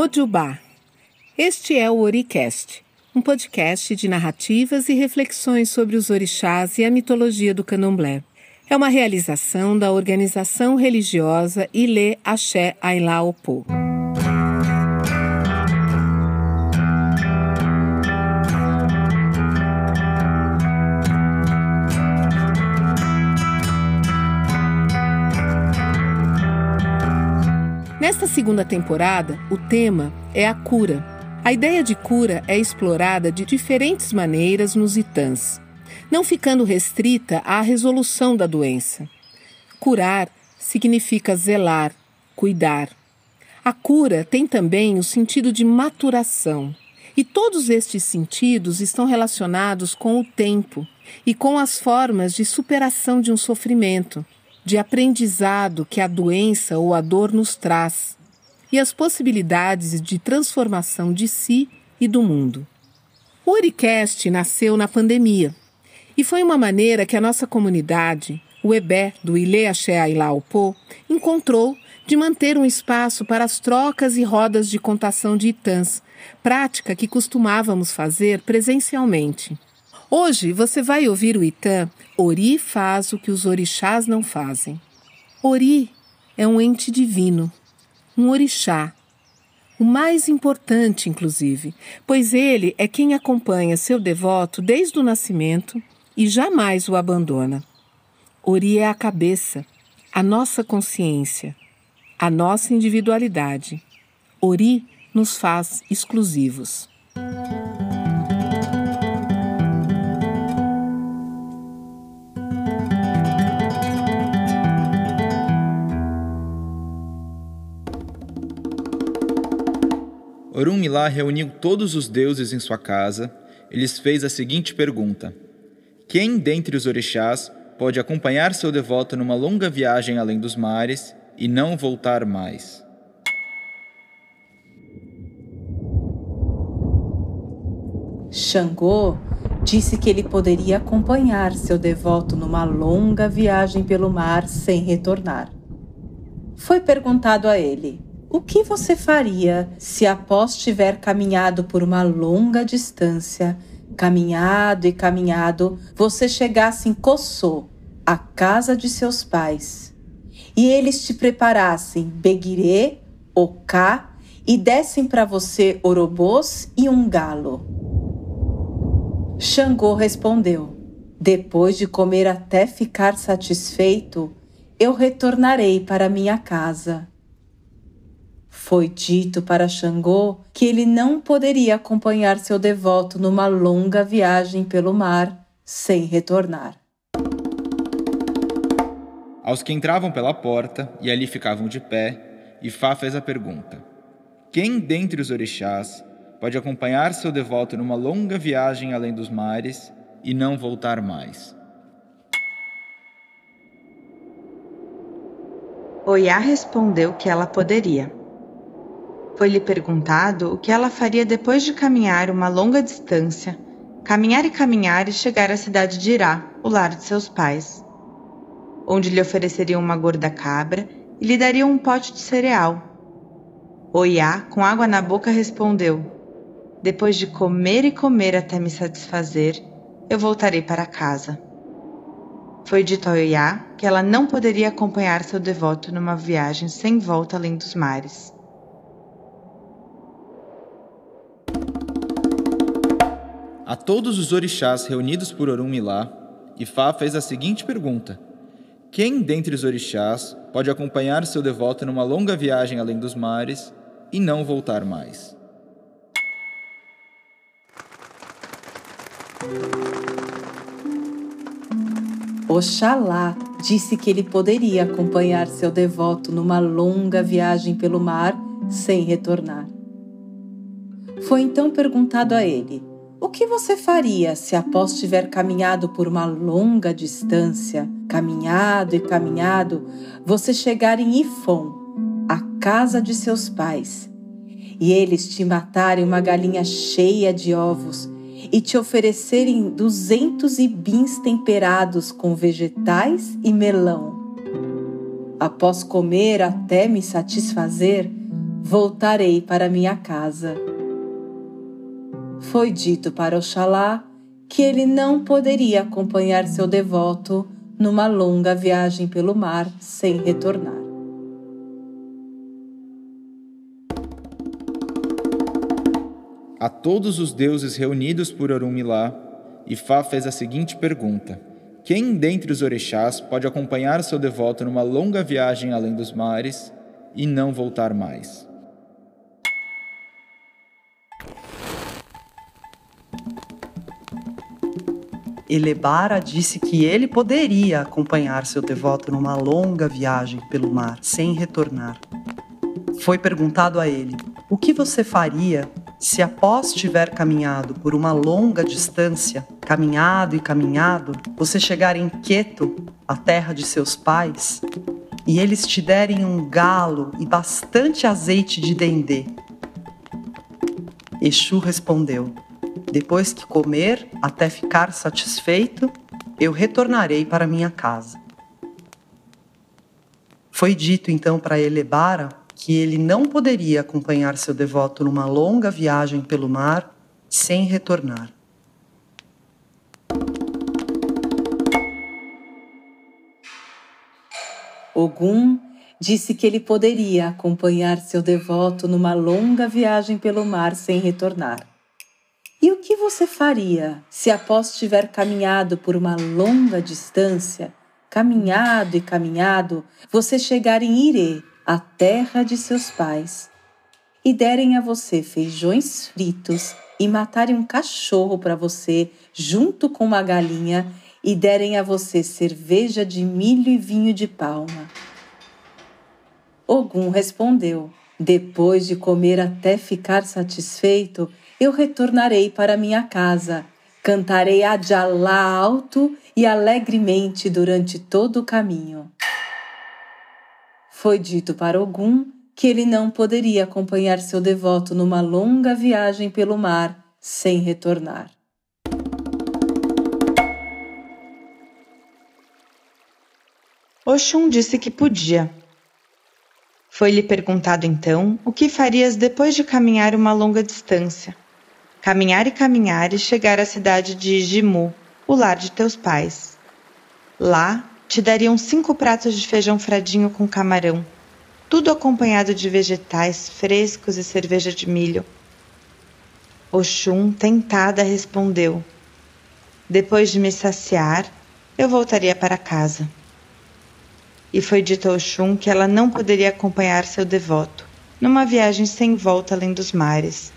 Mojubá. Este é o Oricast, um podcast de narrativas e reflexões sobre os orixás e a mitologia do candomblé. É uma realização da organização religiosa Ilê Axé Ailá Opô. Nesta segunda temporada, o tema é a cura. A ideia de cura é explorada de diferentes maneiras nos Itãs, não ficando restrita à resolução da doença. Curar significa zelar, cuidar. A cura tem também o sentido de maturação, e todos estes sentidos estão relacionados com o tempo e com as formas de superação de um sofrimento, de aprendizado que a doença ou a dor nos traz, e as possibilidades de transformação de si e do mundo. O Oricast nasceu na pandemia, e foi uma maneira que a nossa comunidade, o EBE do Ilê Axé Ailá Opô, encontrou de manter um espaço para as trocas e rodas de contação de Itãs, prática que costumávamos fazer presencialmente. Hoje você vai ouvir o Itã Ori faz o que os orixás não fazem. Ori é um ente divino, um orixá, o mais importante inclusive, pois ele é quem acompanha seu devoto desde o nascimento e jamais o abandona. Ori é a cabeça, a nossa consciência, a nossa individualidade. Ori nos faz exclusivos. Orunmilá reuniu todos os deuses em sua casa e lhes fez a seguinte pergunta: quem dentre os orixás pode acompanhar seu devoto numa longa viagem além dos mares e não voltar mais? Xangô disse que ele poderia acompanhar seu devoto numa longa viagem pelo mar sem retornar. Foi perguntado a ele: o que você faria se após tiver caminhado por uma longa distância, caminhado e caminhado, você chegasse em Cossô, a casa de seus pais, e eles te preparassem beguirê, ocá e dessem para você orobôs e um galo? Xangô respondeu: depois de comer até ficar satisfeito, eu retornarei para minha casa. Foi dito para Xangô que ele não poderia acompanhar seu devoto numa longa viagem pelo mar sem retornar. Aos que entravam pela porta e ali ficavam de pé, Ifá fez a pergunta: quem dentre os orixás pode acompanhar seu devoto numa longa viagem além dos mares e não voltar mais? Oiá respondeu que ela poderia. Foi-lhe perguntado o que ela faria depois de caminhar uma longa distância, caminhar e chegar à cidade de Irá, o lar de seus pais, onde lhe ofereceriam uma gorda cabra e lhe dariam um pote de cereal. Oiá, com água na boca, respondeu: depois de comer e comer até me satisfazer, eu voltarei para casa. Foi dito a Oiá que ela não poderia acompanhar seu devoto numa viagem sem volta além dos mares. A todos os orixás reunidos por Orunmilá, Ifá fez a seguinte pergunta: quem dentre os orixás pode acompanhar seu devoto numa longa viagem além dos mares e não voltar mais? Oxalá disse que ele poderia acompanhar seu devoto numa longa viagem pelo mar sem retornar. Foi então perguntado a ele: o que você faria se após tiver caminhado por uma longa distância, caminhado e caminhado, você chegar em Ifon, a casa de seus pais, e eles te matarem uma galinha cheia de ovos e te oferecerem 200 ibins temperados com vegetais e melão? Após comer até me satisfazer, voltarei para minha casa. Foi dito para Oxalá que ele não poderia acompanhar seu devoto numa longa viagem pelo mar sem retornar. A todos os deuses reunidos por Orunmilá, Ifá fez a seguinte pergunta: quem dentre os orixás pode acompanhar seu devoto numa longa viagem além dos mares e não voltar mais? Elebara disse que ele poderia acompanhar seu devoto numa longa viagem pelo mar sem retornar. Foi perguntado a ele: o que você faria se após tiver caminhado por uma longa distância, caminhado e caminhado, você chegar em Queto, a terra de seus pais, e eles te derem um galo e bastante azeite de dendê? Exu respondeu: depois que comer, até ficar satisfeito, eu retornarei para minha casa. Foi dito então para Elebara que ele não poderia acompanhar seu devoto numa longa viagem pelo mar sem retornar. Ogum disse que ele poderia acompanhar seu devoto numa longa viagem pelo mar sem retornar. E o que você faria se após tiver caminhado por uma longa distância, caminhado e caminhado, você chegar em Irê, a terra de seus pais, e derem a você feijões fritos e matarem um cachorro para você junto com uma galinha e derem a você cerveja de milho e vinho de palma? Ogum respondeu: depois de comer até ficar satisfeito, eu retornarei para minha casa, cantarei Adjalá alto e alegremente durante todo o caminho. Foi dito para Ogum que ele não poderia acompanhar seu devoto numa longa viagem pelo mar sem retornar. Oxum disse que podia. Foi-lhe perguntado então o que farias depois de caminhar uma longa distância. Caminhar e chegar à cidade de Jimu, o lar de teus pais. Lá te dariam 5 pratos de feijão fradinho com camarão, tudo acompanhado de vegetais frescos e cerveja de milho. Oxum, tentada, respondeu: depois de me saciar, eu voltaria para casa. E foi dito a Oxum que ela não poderia acompanhar seu devoto numa viagem sem volta além dos mares.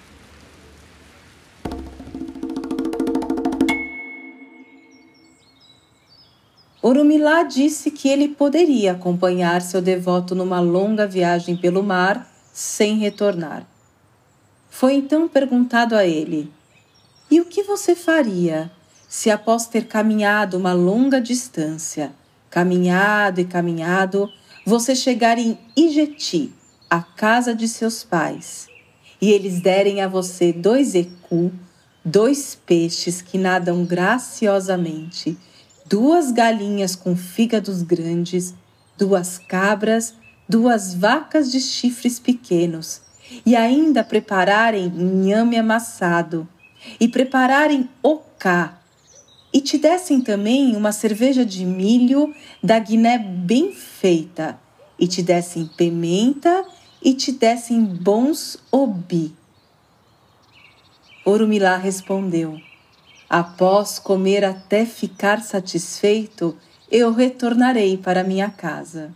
Orunmilá disse que ele poderia acompanhar seu devoto numa longa viagem pelo mar sem retornar. Foi então perguntado a ele: e o que você faria se após ter caminhado uma longa distância, caminhado e caminhado, você chegar em Ijeti, a casa de seus pais, e eles derem a você 2 ecu, 2 peixes que nadam graciosamente, 2 galinhas com fígados grandes, 2 cabras, 2 vacas de chifres pequenos, e ainda prepararem inhame amassado, e prepararem ocá, e te dessem também uma cerveja de milho da Guiné bem feita, e te dessem pimenta, e te dessem bons obi. Orunmilá respondeu: após comer até ficar satisfeito, eu retornarei para minha casa.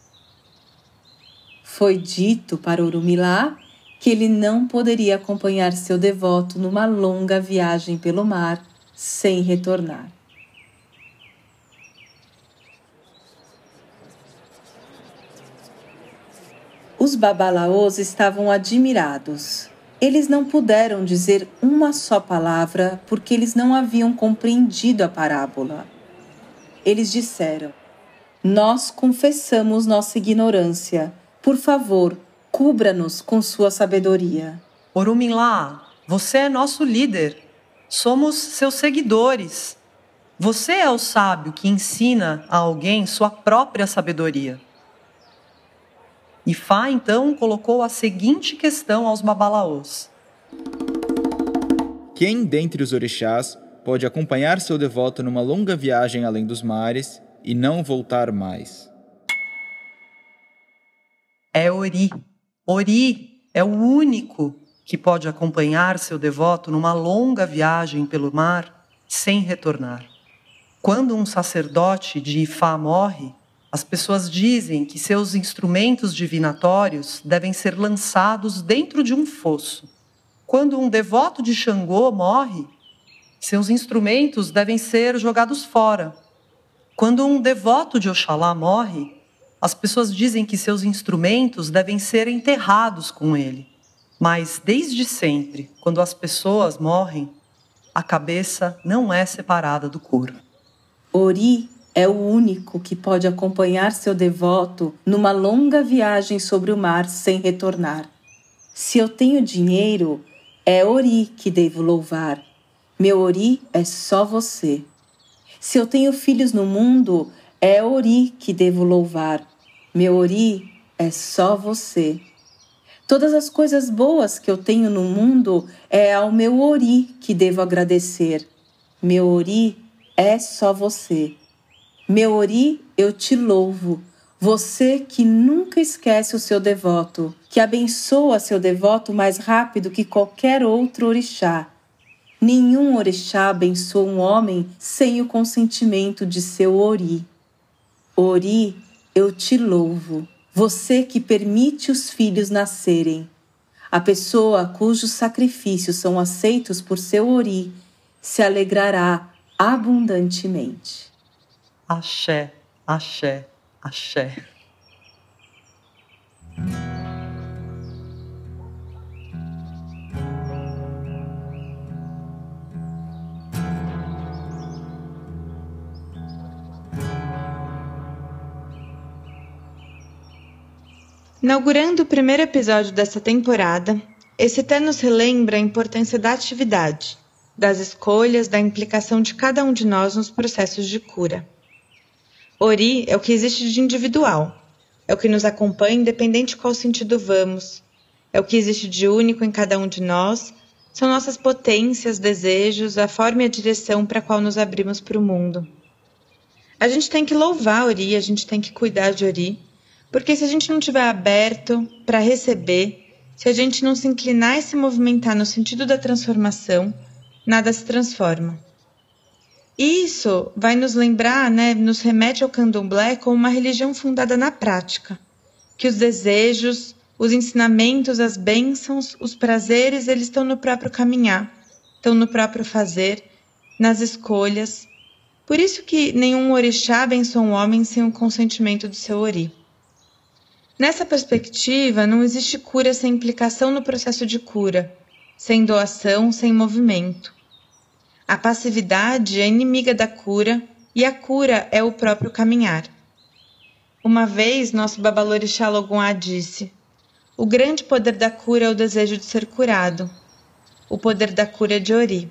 Foi dito para Orunmilá que ele não poderia acompanhar seu devoto numa longa viagem pelo mar sem retornar. Os babalaôs estavam admirados. Eles não puderam dizer uma só palavra porque eles não haviam compreendido a parábola. Eles disseram: nós confessamos nossa ignorância. Por favor, cubra-nos com sua sabedoria. Orunmilá, você é nosso líder. Somos seus seguidores. Você é o sábio que ensina a alguém sua própria sabedoria. Ifá, então, colocou a seguinte questão aos babalaôs. Quem dentre os orixás pode acompanhar seu devoto numa longa viagem além dos mares e não voltar mais? É Ori. Ori é o único que pode acompanhar seu devoto numa longa viagem pelo mar sem retornar. Quando um sacerdote de Ifá morre, as pessoas dizem que seus instrumentos divinatórios devem ser lançados dentro de um fosso. Quando um devoto de Xangô morre, seus instrumentos devem ser jogados fora. Quando um devoto de Oxalá morre, as pessoas dizem que seus instrumentos devem ser enterrados com ele. Mas, desde sempre, quando as pessoas morrem, a cabeça não é separada do corpo. Ori é o único que pode acompanhar seu devoto numa longa viagem sobre o mar sem retornar. Se eu tenho dinheiro, é Ori que devo louvar. Meu Ori é só você. Se eu tenho filhos no mundo, é Ori que devo louvar. Meu Ori é só você. Todas as coisas boas que eu tenho no mundo, é ao meu Ori que devo agradecer. Meu Ori é só você. Meu Ori, eu te louvo. Você que nunca esquece o seu devoto, que abençoa seu devoto mais rápido que qualquer outro orixá. Nenhum orixá abençoa um homem sem o consentimento de seu Ori. Ori, eu te louvo. Você que permite os filhos nascerem. A pessoa cujos sacrifícios são aceitos por seu Ori se alegrará abundantemente. Axé, axé, axé. Inaugurando o primeiro episódio dessa temporada, esse té nos relembra a importância da atividade, das escolhas, da implicação de cada um de nós nos processos de cura. Ori é o que existe de individual, é o que nos acompanha independente de qual sentido vamos, é o que existe de único em cada um de nós, são nossas potências, desejos, a forma e a direção para a qual nos abrimos para o mundo. A gente tem que louvar Ori, a gente tem que cuidar de Ori, porque se a gente não estiver aberto para receber, se a gente não se inclinar e se movimentar no sentido da transformação, nada se transforma. Isso vai nos lembrar, nos remete ao candomblé como uma religião fundada na prática, que os desejos, os ensinamentos, as bênçãos, os prazeres, eles estão no próprio caminhar, estão no próprio fazer, nas escolhas. Por isso que nenhum orixá abençoa um homem sem o consentimento do seu Ori. Nessa perspectiva, não existe cura sem implicação no processo de cura, sem doação, sem movimento. A passividade é inimiga da cura e a cura é o próprio caminhar. Uma vez, nosso Babalorixá Logunhá disse: o grande poder da cura é o desejo de ser curado. O poder da cura é de Ori.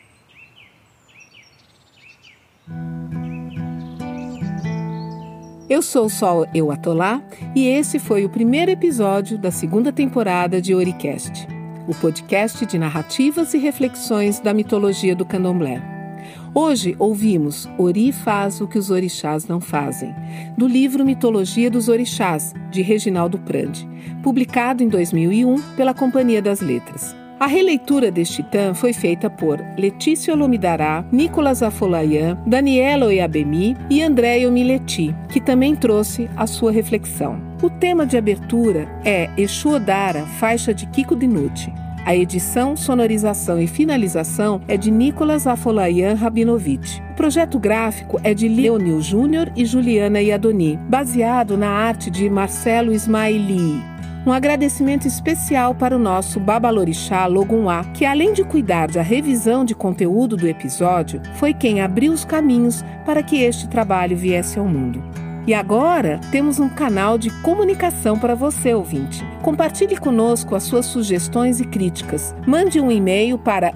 Eu sou Sol Euatolá e esse foi o primeiro episódio da segunda temporada de Oricast, o podcast de narrativas e reflexões da mitologia do candomblé. Hoje ouvimos Ori faz o que os orixás não fazem, do livro Mitologia dos Orixás, de Reginaldo Prandi, publicado em 2001 pela Companhia das Letras. A releitura deste tã foi feita por Letícia Olomidará, Nicolas Afolayan, Daniela Oyabemi e Andréia Mileti, que também trouxe a sua reflexão. O tema de abertura é Exu Odara, faixa de Kiko Dinucci. A edição, sonorização e finalização é de Nicolas Afolayan Rabinovich. O projeto gráfico é de Leonil Júnior e Juliana Iadoni, baseado na arte de Marcelo Ismaili. Um agradecimento especial para o nosso Babalorixá Logunhá, que além de cuidar da revisão de conteúdo do episódio, foi quem abriu os caminhos para que este trabalho viesse ao mundo. E agora temos um canal de comunicação para você, ouvinte. Compartilhe conosco as suas sugestões e críticas. Mande um e-mail para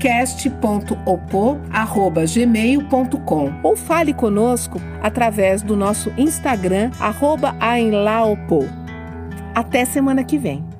oricast.opo@gmail.com ou fale conosco através do nosso Instagram @ainlaopo. Até semana que vem!